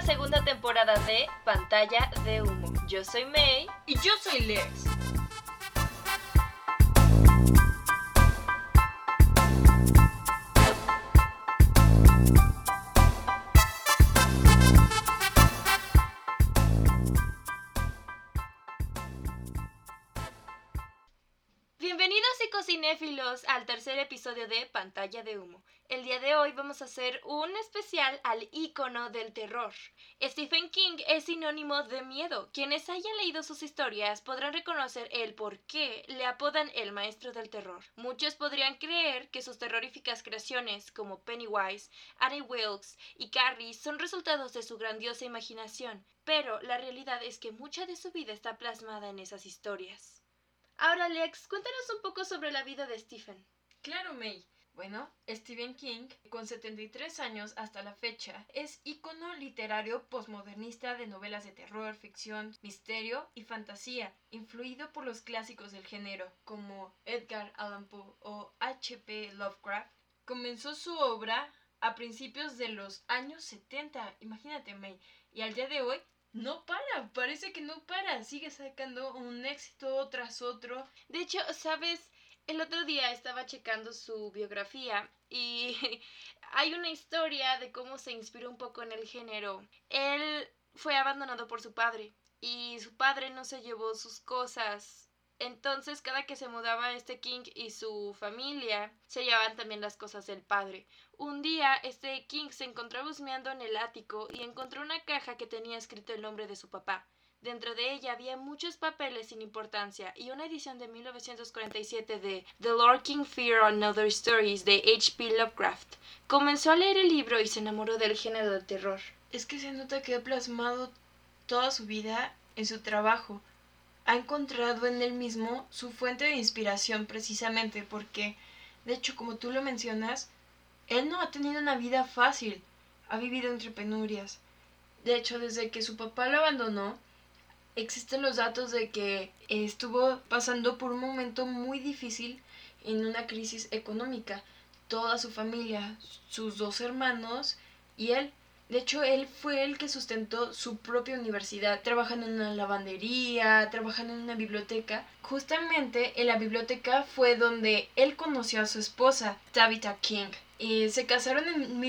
segunda temporada de Pantalla de Humo. Yo soy May. Y yo soy Lex. Bienvenidos psicocinéfilos al tercer episodio de Pantalla de Humo. El día de hoy vamos a hacer un especial al ícono del terror. Stephen King es sinónimo de miedo. Quienes hayan leído sus historias podrán reconocer el por qué le apodan el maestro del terror. Muchos podrían creer que sus terroríficas creaciones como Pennywise, Annie Wilkes y Carrie son resultados de su grandiosa imaginación, pero la realidad es que mucha de su vida está plasmada en esas historias. Ahora, Lex, cuéntanos un poco sobre la vida de Stephen. Claro, May. Bueno, Stephen King, con 73 años hasta la fecha, es ícono literario posmodernista de novelas de terror, ficción, misterio y fantasía, influido por los clásicos del género, como Edgar Allan Poe o H.P. Lovecraft. Comenzó su obra a principios de los años 70, imagínate, May, y al día de hoy no para, parece que no para, sigue sacando un éxito tras otro. De hecho, ¿sabes? El otro día estaba checando su biografía y hay una historia de cómo se inspiró un poco en el género. Él fue abandonado por su padre y su padre no se llevó sus cosas. Entonces, cada que se mudaba King y su familia, se llevaban también las cosas del padre. Un día, King se encontró husmeando en el ático y encontró una caja que tenía escrito el nombre de su papá. Dentro de ella había muchos papeles sin importancia y una edición de 1947 de The Lurking Fear and Other Stories de H.P. Lovecraft. Comenzó a leer el libro y se enamoró del género del terror. Es que se nota que ha plasmado toda su vida en su trabajo. Ha encontrado en él mismo su fuente de inspiración precisamente porque, de hecho, como tú lo mencionas, él no ha tenido una vida fácil, ha vivido entre penurias. De hecho, desde que su papá lo abandonó, existen los datos de que estuvo pasando por un momento muy difícil en una crisis económica. Toda su familia, sus 2 hermanos y él. De hecho, él fue el que sustentó su propia universidad, trabajando en una lavandería, trabajando en una biblioteca. Justamente en la biblioteca fue donde él conoció a su esposa, Tabitha King, y se casaron en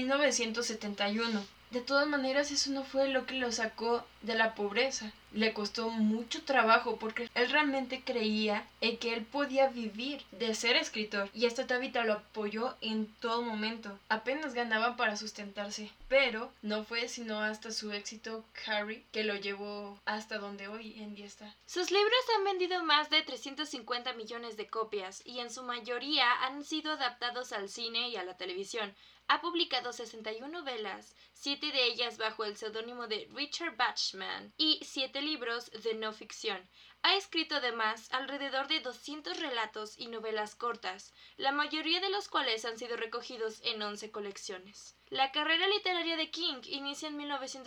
1971. De todas maneras, eso no fue lo que lo sacó de la pobreza. Le costó mucho trabajo porque él realmente creía en que él podía vivir de ser escritor. Y esta Tabitha lo apoyó en todo momento. Apenas ganaba para sustentarse. Pero no fue sino hasta su éxito Carrie que lo llevó hasta donde hoy en día está. Sus libros han vendido más de 350 millones de copias y en su mayoría han sido adaptados al cine y a la televisión. Ha publicado 61 novelas, 7 de ellas bajo el seudónimo de Richard Bachman y 7 libros de no ficción. Ha escrito además alrededor de 200 relatos y novelas cortas, la mayoría de los cuales han sido recogidos en 11 colecciones. La carrera literaria de King inicia en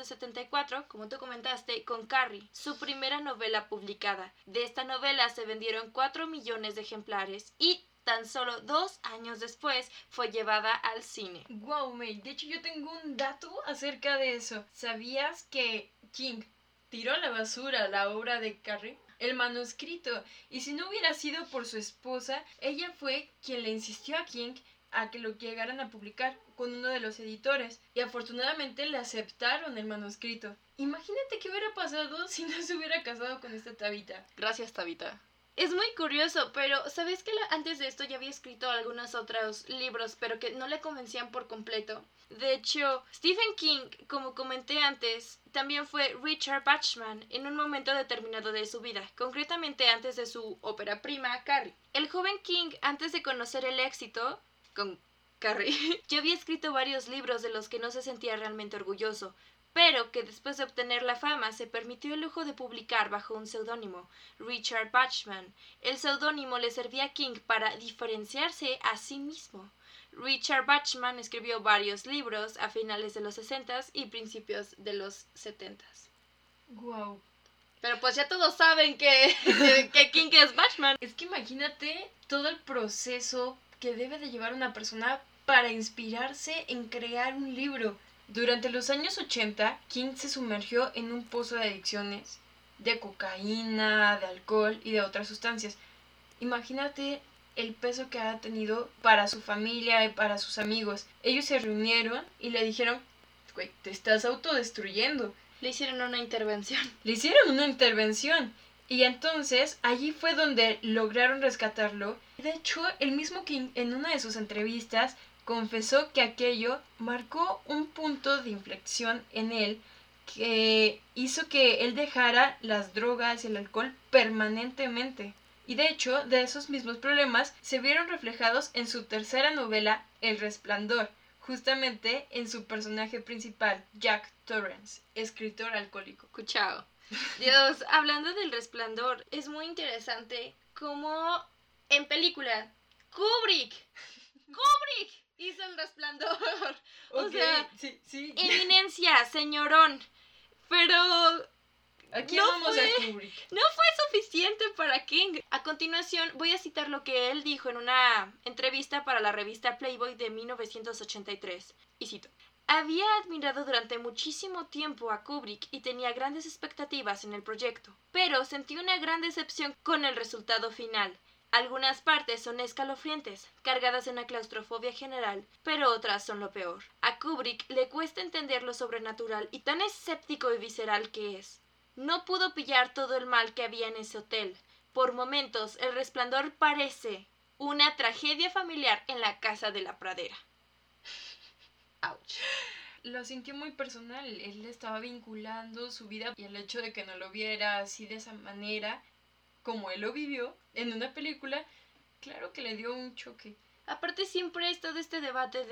1974, como tú comentaste, con Carrie, su primera novela publicada. De esta novela se vendieron 4 millones de ejemplares y tan solo 2 años después fue llevada al cine. Wow, May, de hecho yo tengo un dato acerca de eso. ¿Sabías que King tiró a la basura la obra de Carrie? El manuscrito. Y si no hubiera sido por su esposa, ella fue quien le insistió a King a que lo llegaran a publicar con uno de los editores. Y afortunadamente le aceptaron el manuscrito. Imagínate qué hubiera pasado si no se hubiera casado con esta Tabitha. Gracias, Tabitha. Es muy curioso, pero ¿sabes que antes de esto ya había escrito algunos otros libros, pero que no le convencían por completo? De hecho, Stephen King, como comenté antes, también fue Richard Bachman en un momento determinado de su vida, concretamente antes de su ópera prima, Carrie. El joven King, antes de conocer el éxito con Carrie, ya había escrito varios libros de los que no se sentía realmente orgulloso, pero que después de obtener la fama se permitió el lujo de publicar bajo un seudónimo, Richard Bachman. El seudónimo le servía a King para diferenciarse a sí mismo. Richard Bachman escribió varios libros a finales de los 60s y principios de los 70s. Wow. Pero pues ya todos saben que King es Bachman. Es que imagínate todo el proceso que debe de llevar una persona para inspirarse en crear un libro. Durante los años 80, King se sumergió en un pozo de adicciones, de cocaína, de alcohol y de otras sustancias. Imagínate el peso que ha tenido para su familia y para sus amigos. Ellos se reunieron y le dijeron, güey, te estás autodestruyendo. Le hicieron una intervención. Y entonces allí fue donde lograron rescatarlo. De hecho, el mismo King en una de sus entrevistas confesó que aquello marcó un punto de inflexión en él que hizo que él dejara las drogas y el alcohol permanentemente. Y de hecho, de esos mismos problemas se vieron reflejados en su tercera novela, El Resplandor, justamente en su personaje principal, Jack Torrance, escritor alcohólico. Escuchado. Dios, hablando del Resplandor, es muy interesante cómo en película Kubrick hizo El Resplandor. O sea, sí. eminencia, señorón. Pero aquí vamos a Kubrick. No fue suficiente para King. A continuación voy a citar lo que él dijo en una entrevista para la revista Playboy de 1983. Y cito: había admirado durante muchísimo tiempo a Kubrick y tenía grandes expectativas en el proyecto, pero sentí una gran decepción con el resultado final. Algunas partes son escalofriantes, cargadas de una claustrofobia general, pero otras son lo peor. A Kubrick le cuesta entender lo sobrenatural y tan escéptico y visceral que es. No pudo pillar todo el mal que había en ese hotel. Por momentos, El Resplandor parece una tragedia familiar en la casa de la pradera. Ouch. Lo sintió muy personal. Él estaba vinculando su vida y el hecho de que no lo viera así de esa manera, como él lo vivió en una película, claro que le dio un choque. Aparte siempre ha estado este debate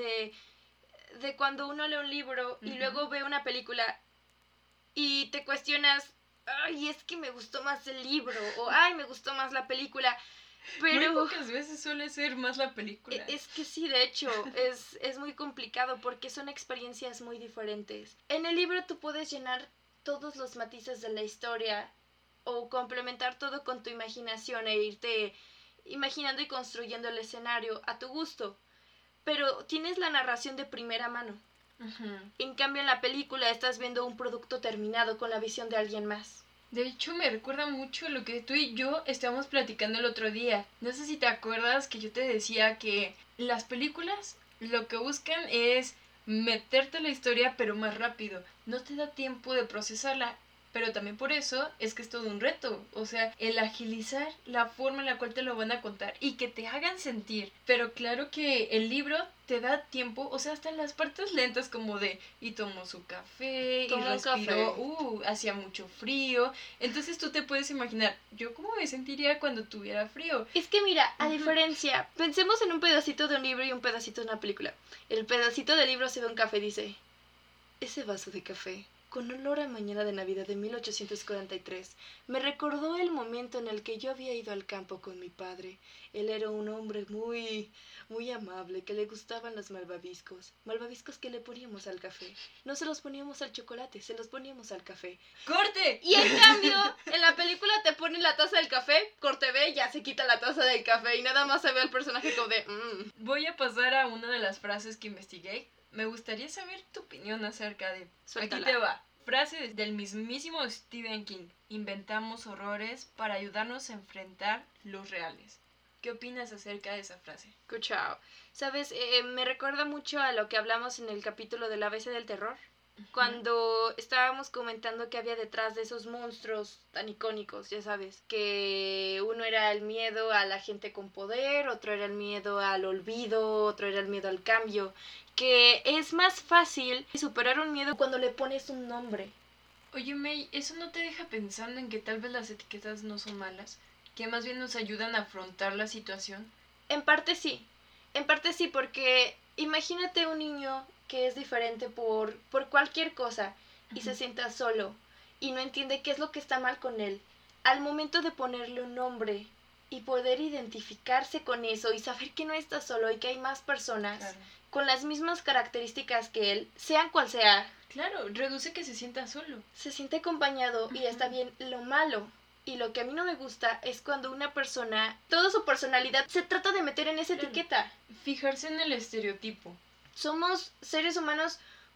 de cuando uno lee un libro y luego ve una película y te cuestionas, ay, es que me gustó más el libro, o ay, me gustó más la película. Pero muy pocas veces suele ser más la película. Es que sí, de hecho, es muy complicado porque son experiencias muy diferentes. En el libro tú puedes llenar todos los matices de la historia o complementar todo con tu imaginación e irte imaginando y construyendo el escenario a tu gusto. Pero tienes la narración de primera mano. En cambio, en la película estás viendo un producto terminado con la visión de alguien más. De hecho, me recuerda mucho lo que tú y yo estábamos platicando el otro día. No sé si te acuerdas que yo te decía que las películas lo que buscan es meterte la historia pero más rápido. No te da tiempo de procesarla, pero también por eso es que es todo un reto. O sea, el agilizar la forma en la cual te lo van a contar y que te hagan sentir. Pero claro que el libro te da tiempo, o sea, hasta en las partes lentas como de y tomó su café, y respiró, hacía mucho frío. Entonces tú te puedes imaginar, yo cómo me sentiría cuando tuviera frío. Es que mira, a diferencia, pensemos en un pedacito de un libro y un pedacito de una película. El pedacito del libro se ve un café y dice, ese vaso de café, con olor a mañana de Navidad de 1843, me recordó el momento en el que yo había ido al campo con mi padre. Él era un hombre muy amable, que le gustaban los malvaviscos que le poníamos al café. No se los poníamos al chocolate, se los poníamos al café. ¡Corte! Y en cambio, en la película te ponen la taza del café, corte B, ya se quita la taza del café y nada más se ve al personaje como de... Voy a pasar a una de las frases que investigué. Me gustaría saber tu opinión acerca de... Suéltala. Aquí te va. Frase del mismísimo Stephen King. Inventamos horrores para ayudarnos a enfrentar los reales. ¿Qué opinas acerca de esa frase? Escuchao. ¿Sabes? Me recuerda mucho a lo que hablamos en el capítulo del ABC del terror. Cuando estábamos comentando que había detrás de esos monstruos tan icónicos, ya sabes, que uno era el miedo a la gente con poder, otro era el miedo al olvido, otro era el miedo al cambio, que es más fácil superar un miedo cuando le pones un nombre. Oye, May, ¿eso no te deja pensando en que tal vez las etiquetas no son malas? ¿Que más bien nos ayudan a afrontar la situación? En parte sí, porque imagínate un niño que es diferente por cualquier cosa y se sienta solo y no entiende qué es lo que está mal con él. Al momento de ponerle un nombre y poder identificarse con eso y saber que no está solo y que hay más personas con las mismas características que él, sean cual sea. Claro, reduce que se sienta solo. Se siente acompañado y está bien. Lo malo y lo que a mí no me gusta es cuando una persona, toda su personalidad se trata de meter en esa etiqueta. Fijarse en el estereotipo. Somos seres humanos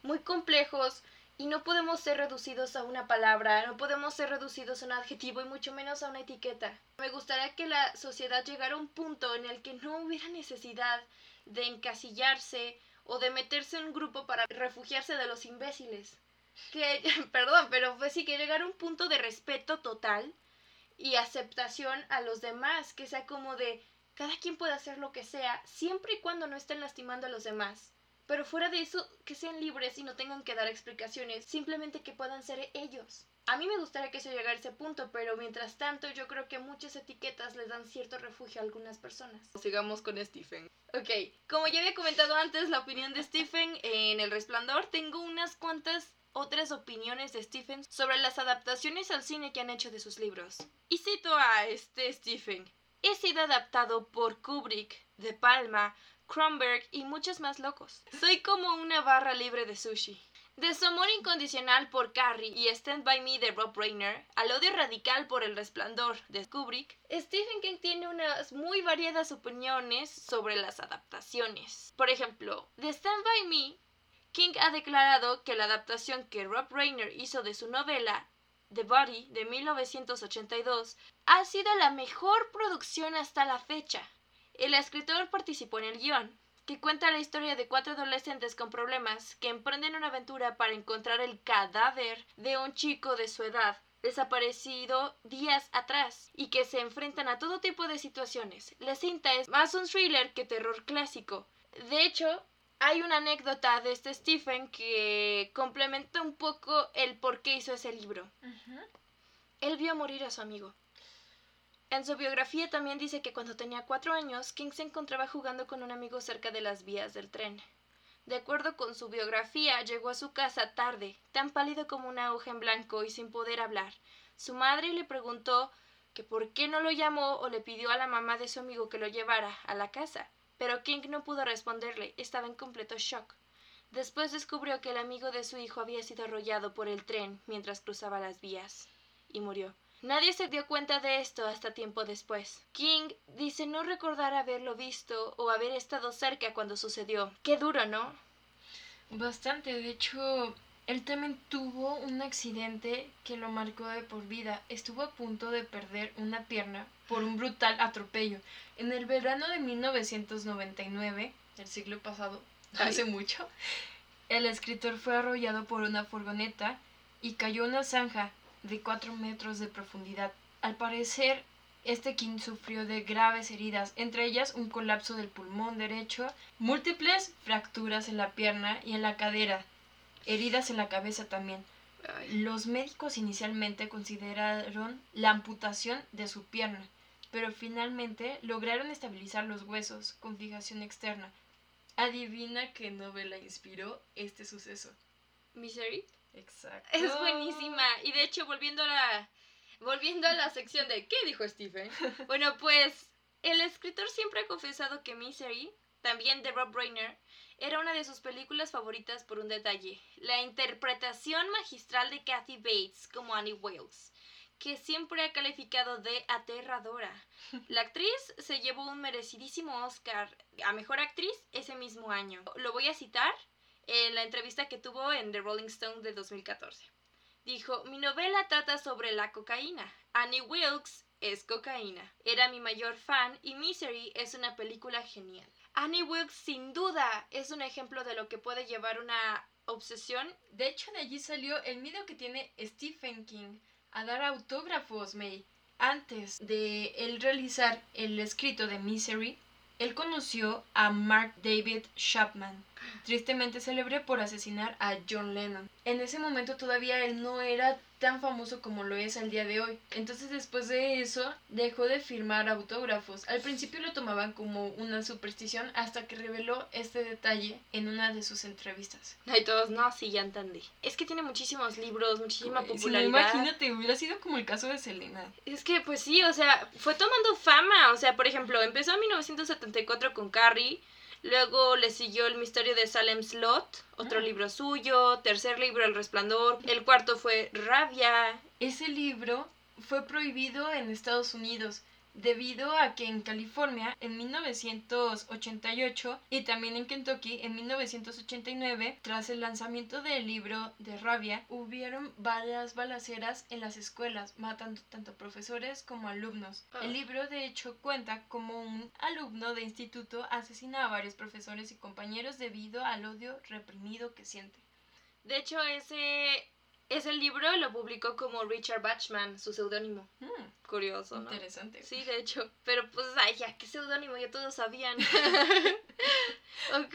muy complejos y no podemos ser reducidos a una palabra, no podemos ser reducidos a un adjetivo y mucho menos a una etiqueta. Me gustaría que la sociedad llegara a un punto en el que no hubiera necesidad de encasillarse o de meterse en un grupo para refugiarse de los imbéciles. Que, perdón, pero pues sí, que llegara a un punto de respeto total y aceptación a los demás, que sea como de cada quien puede hacer lo que sea, siempre y cuando no estén lastimando a los demás. Pero fuera de eso, que sean libres y no tengan que dar explicaciones, simplemente que puedan ser ellos. A mí me gustaría que se llegara a ese punto, pero mientras tanto yo creo que muchas etiquetas les dan cierto refugio a algunas personas. Sigamos con Stephen. Ok, como ya había comentado antes la opinión de Stephen en El Resplandor, tengo unas cuantas otras opiniones de Stephen sobre las adaptaciones al cine que han hecho de sus libros. Y cito a Stephen. He sido adaptado por Kubrick, De Palma, Cronenberg y muchos más locos. Soy como una barra libre de sushi. De su amor incondicional por Carrie y Stand By Me de Rob Reiner, al odio radical por El Resplandor de Kubrick, Stephen King tiene unas muy variadas opiniones sobre las adaptaciones. Por ejemplo, de Stand By Me, King ha declarado que la adaptación que Rob Reiner hizo de su novela The Body de 1982 ha sido la mejor producción hasta la fecha. El escritor participó en el guión, que cuenta la historia de 4 adolescentes con problemas que emprenden una aventura para encontrar el cadáver de un chico de su edad desaparecido días atrás y que se enfrentan a todo tipo de situaciones. La cinta es más un thriller que terror clásico. De hecho, hay una anécdota de Stephen que complementa un poco el por qué hizo ese libro. Él vio morir a su amigo. En su biografía también dice que cuando tenía 4 años, King se encontraba jugando con un amigo cerca de las vías del tren. De acuerdo con su biografía, llegó a su casa tarde, tan pálido como una hoja en blanco y sin poder hablar. Su madre le preguntó que por qué no lo llamó o le pidió a la mamá de su amigo que lo llevara a la casa, pero King no pudo responderle, estaba en completo shock. Después descubrió que el amigo de su hijo había sido arrollado por el tren mientras cruzaba las vías y murió. Nadie se dio cuenta de esto hasta tiempo después. King dice no recordar haberlo visto o haber estado cerca cuando sucedió. Qué duro, ¿no? Bastante, de hecho, él también tuvo un accidente que lo marcó de por vida. Estuvo a punto de perder una pierna por un brutal atropello. En el verano de 1999, el siglo pasado, hace mucho, el escritor fue arrollado por una furgoneta y cayó en una zanja de 4 metros de profundidad. Al parecer, King sufrió de graves heridas, entre ellas un colapso del pulmón derecho, múltiples fracturas en la pierna y en la cadera, heridas en la cabeza también. Los médicos inicialmente consideraron la amputación de su pierna, pero finalmente lograron estabilizar los huesos con fijación externa. Adivina qué novela inspiró este suceso. ¿Misery? Exacto. Es buenísima. Y de hecho, volviendo a la sección de ¿qué dijo Stephen? Bueno, pues el escritor siempre ha confesado que Misery, también de Rob Reiner, era una de sus películas favoritas por un detalle: la interpretación magistral de Kathy Bates como Annie Wilkes, que siempre ha calificado de aterradora. La actriz se llevó un merecidísimo Oscar a Mejor Actriz ese mismo año. Lo voy a citar en la entrevista que tuvo en The Rolling Stone de 2014. Dijo, mi novela trata sobre la cocaína. Annie Wilkes es cocaína. Era mi mayor fan y Misery es una película genial. Annie Wilkes sin duda es un ejemplo de lo que puede llevar una obsesión. De hecho, de allí salió el miedo que tiene Stephen King a dar autógrafos, May. Antes de él realizar el escrito de Misery, él conoció a Mark David Chapman, tristemente célebre por asesinar a John Lennon. En ese momento todavía él no era tan famoso como lo es al día de hoy. Entonces después de eso dejó de firmar autógrafos. Al principio lo tomaban como una superstición hasta que reveló este detalle en una de sus entrevistas. Ay, todos, no, sí, ya entendí. Es que tiene muchísimos libros, muchísima popularidad. Si no, imagínate, hubiera sido como el caso de Selena. Es que, pues sí, o sea, fue tomando fama. O sea, por ejemplo, empezó en 1974 con Carrie. Luego le siguió El misterio de Salem Slot, otro libro suyo. Tercer libro, El Resplandor. El cuarto fue Rabia. Ese libro fue prohibido en Estados Unidos, debido a que en California en 1988 y también en Kentucky en 1989, tras el lanzamiento del libro de Rabia, hubieron varias balaceras en las escuelas, matando tanto profesores como alumnos. El libro de hecho cuenta como un alumno de instituto asesina a varios profesores y compañeros debido al odio reprimido que siente. De hecho, ese libro lo publicó como Richard Bachman, su seudónimo. Curioso, ¿no? Interesante. Sí, de hecho. Pero pues, ay, ya, qué seudónimo, ya todos sabían. Ok,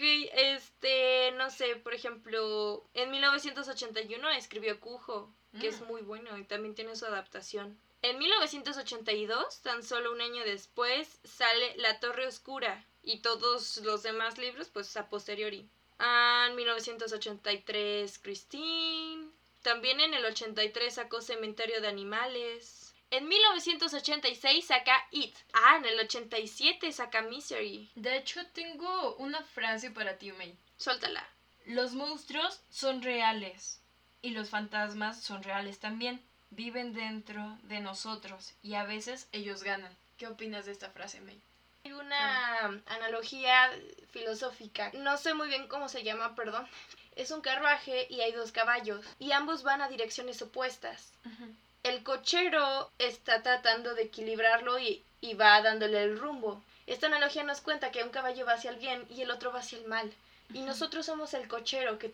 no sé, por ejemplo, en 1981 escribió Cujo, que es muy bueno y también tiene su adaptación. En 1982, tan solo un año después, sale La Torre Oscura y todos los demás libros, pues, a posteriori. En 1983, Christine. También en el 83 sacó Cementerio de Animales. En 1986 saca It. En el 87 saca Misery. De hecho, tengo una frase para ti, May. Suéltala. Los monstruos son reales y los fantasmas son reales también. Viven dentro de nosotros y a veces ellos ganan. ¿Qué opinas de esta frase, May? Hay una analogía filosófica. No sé muy bien cómo se llama, perdón. Es un carruaje y hay dos caballos y ambos van a direcciones opuestas. El cochero está tratando de equilibrarlo y va dándole el rumbo. Esta analogía nos cuenta que un caballo va hacia el bien y el otro va hacia el mal. Y nosotros somos el cochero que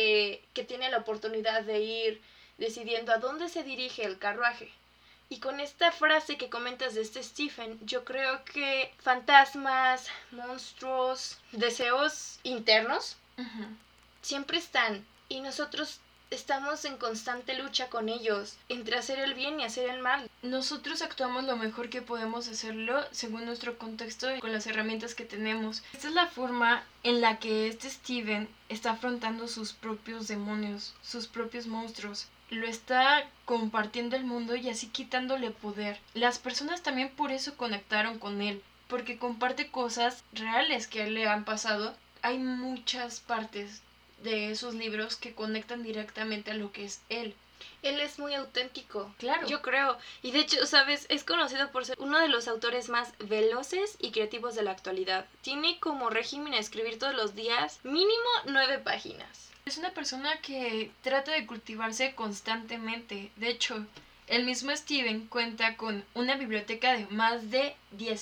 tiene la oportunidad de ir decidiendo a dónde se dirige el carruaje. Y con esta frase que comentas de Stephen, yo creo que fantasmas, monstruos, deseos internos siempre están y nosotros estamos en constante lucha con ellos, entre hacer el bien y hacer el mal. Nosotros actuamos lo mejor que podemos hacerlo según nuestro contexto y con las herramientas que tenemos. Esta es la forma en la que Stephen está afrontando sus propios demonios, sus propios monstruos. Lo está compartiendo el mundo y así quitándole poder. Las personas también por eso conectaron con él, porque comparte cosas reales que a él le han pasado. Hay muchas partes de esos libros que conectan directamente a lo que es él. Él es muy auténtico, claro. Yo creo. Y de hecho, ¿sabes? Es conocido por ser uno de los autores más veloces y creativos de la actualidad. Tiene como régimen escribir todos los días mínimo 9 páginas. Es una persona que trata de cultivarse constantemente. De hecho, el mismo Stephen cuenta con una biblioteca de más de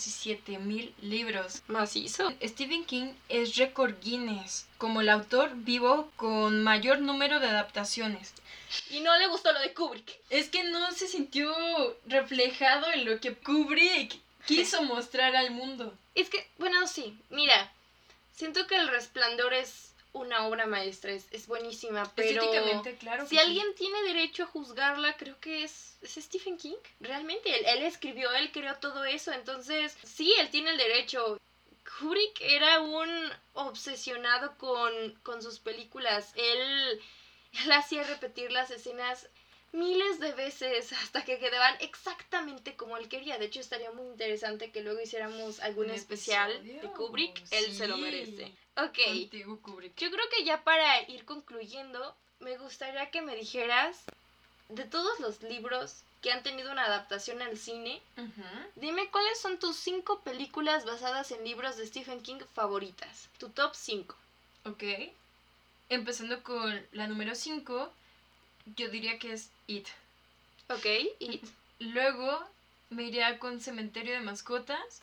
17,000 libros. Macizo. Stephen King es récord Guinness como el autor vivo con mayor número de adaptaciones. Y no le gustó lo de Kubrick. Es que no se sintió reflejado en lo que Kubrick quiso mostrar al mundo. Es que, bueno, sí, mira, siento que El Resplandor es una obra maestra, es buenísima, pero estéticamente, claro. Si alguien tiene derecho a juzgarla, creo que es Stephen King. Realmente, él escribió, él creó todo eso, entonces sí, él tiene el derecho. Kubrick era un obsesionado con sus películas. Él hacía repetir las escenas miles de veces hasta que quedaban exactamente como él quería. De hecho, estaría muy interesante que luego hiciéramos algún especial de Kubrick. Él se lo merece. Ok. Contigo, Kubrick. Yo creo que ya para ir concluyendo, me gustaría que me dijeras de todos los libros que han tenido una adaptación al cine, dime cuáles son tus 5 películas basadas en libros de Stephen King favoritas. Tu top 5. Ok. Empezando con la número 5, yo diría que es It. Ok, It. Luego me iría con Cementerio de Mascotas.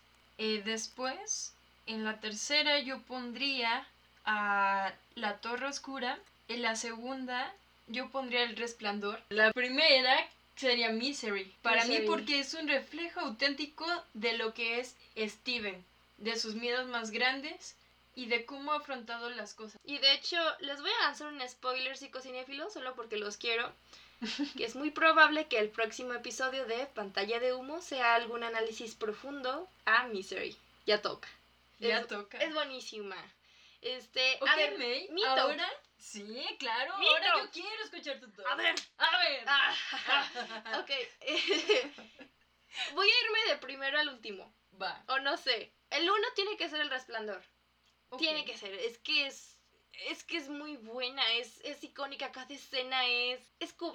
Después, en la tercera yo pondría a La Torre Oscura. En la segunda yo pondría El Resplandor. La primera sería Misery. Para mí porque es un reflejo auténtico de lo que es Stephen. De sus miedos más grandes y de cómo ha afrontado las cosas. Y de hecho, les voy a lanzar un spoiler psicocinéfilo solo porque los quiero. Que es muy probable que el próximo episodio de Pantalla de Humo sea algún análisis profundo a Misery. Ya toca. Ya toca. Es buenísima. Ok, a ver, May, mito. ahora... Sí, claro, Mito. ahora yo quiero escuchar tu top. A ver. Ok. Voy a irme de primero al último. Va. O no sé. El 1 tiene que ser El Resplandor. Okay. Tiene que ser. Es que es muy buena. Es icónica. Cada escena es Kubrick.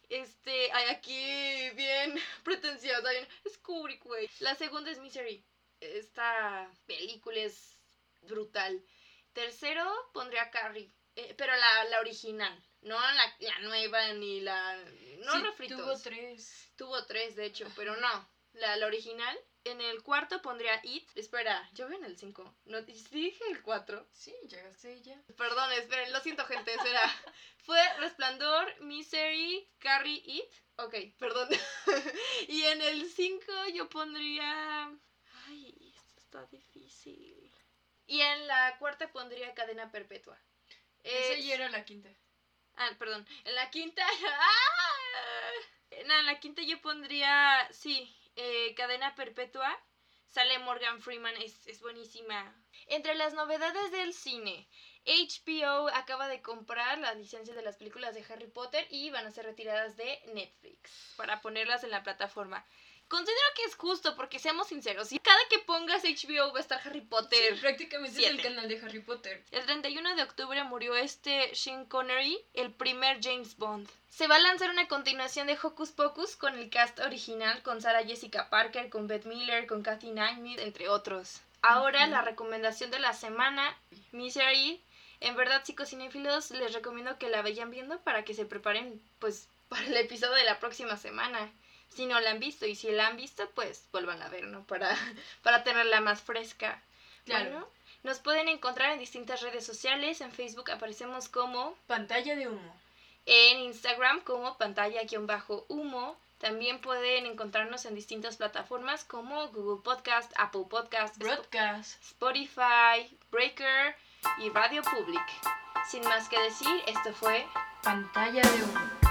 Aquí bien pretenciosa, bien, es Kubrick, güey. La segunda es Misery. Esta película es brutal. Tercero pondría Carrie, pero la original, no la nueva ni la... No Sí, refritos. Tuvo 3, de hecho, pero no, la original. En el cuarto pondría It. Espera, yo veo en el 5. No, ¿sí dije el 4? Sí, llegaste ya. Perdón, esperen, lo siento, gente. Fue Resplandor, Misery, Carrie, It. Ok, perdón. Y en el 5 yo pondría... Ay, esto está difícil. Y en la cuarta pondría Cadena Perpetua. Esa ya era la quinta. Perdón. En la quinta... ¡Ah! No, en la quinta yo pondría... Sí, Cadena Perpetua. Sale Morgan Freeman, es buenísima. Entre las novedades del cine, HBO acaba de comprar las licencias de las películas de Harry Potter y van a ser retiradas de Netflix para ponerlas en la plataforma. Considero que es justo porque seamos sinceros, si cada que pongas HBO va a estar Harry Potter. Sí, prácticamente 7. Es el canal de Harry Potter. El 31 de octubre murió Sean Connery, el primer James Bond. Se va a lanzar una continuación de Hocus Pocus con el cast original, con Sarah Jessica Parker, con Bette Miller, con Kathy Naimith, entre otros. Ahora la recomendación de la semana, Misery. En verdad, psicocinéfilos, les recomiendo que la vayan viendo para que se preparen, pues, para el episodio de la próxima semana. Si no la han visto, y si la han visto, pues vuelvan a ver, ¿no? Para tenerla más fresca. Claro. Bueno, nos pueden encontrar en distintas redes sociales. En Facebook aparecemos como Pantalla de Humo. En Instagram como pantalla-humo. También pueden encontrarnos en distintas plataformas como Google Podcast, Apple Podcast, Broadcast, Spotify, Breaker y Radio Public. Sin más que decir, esto fue Pantalla de Humo.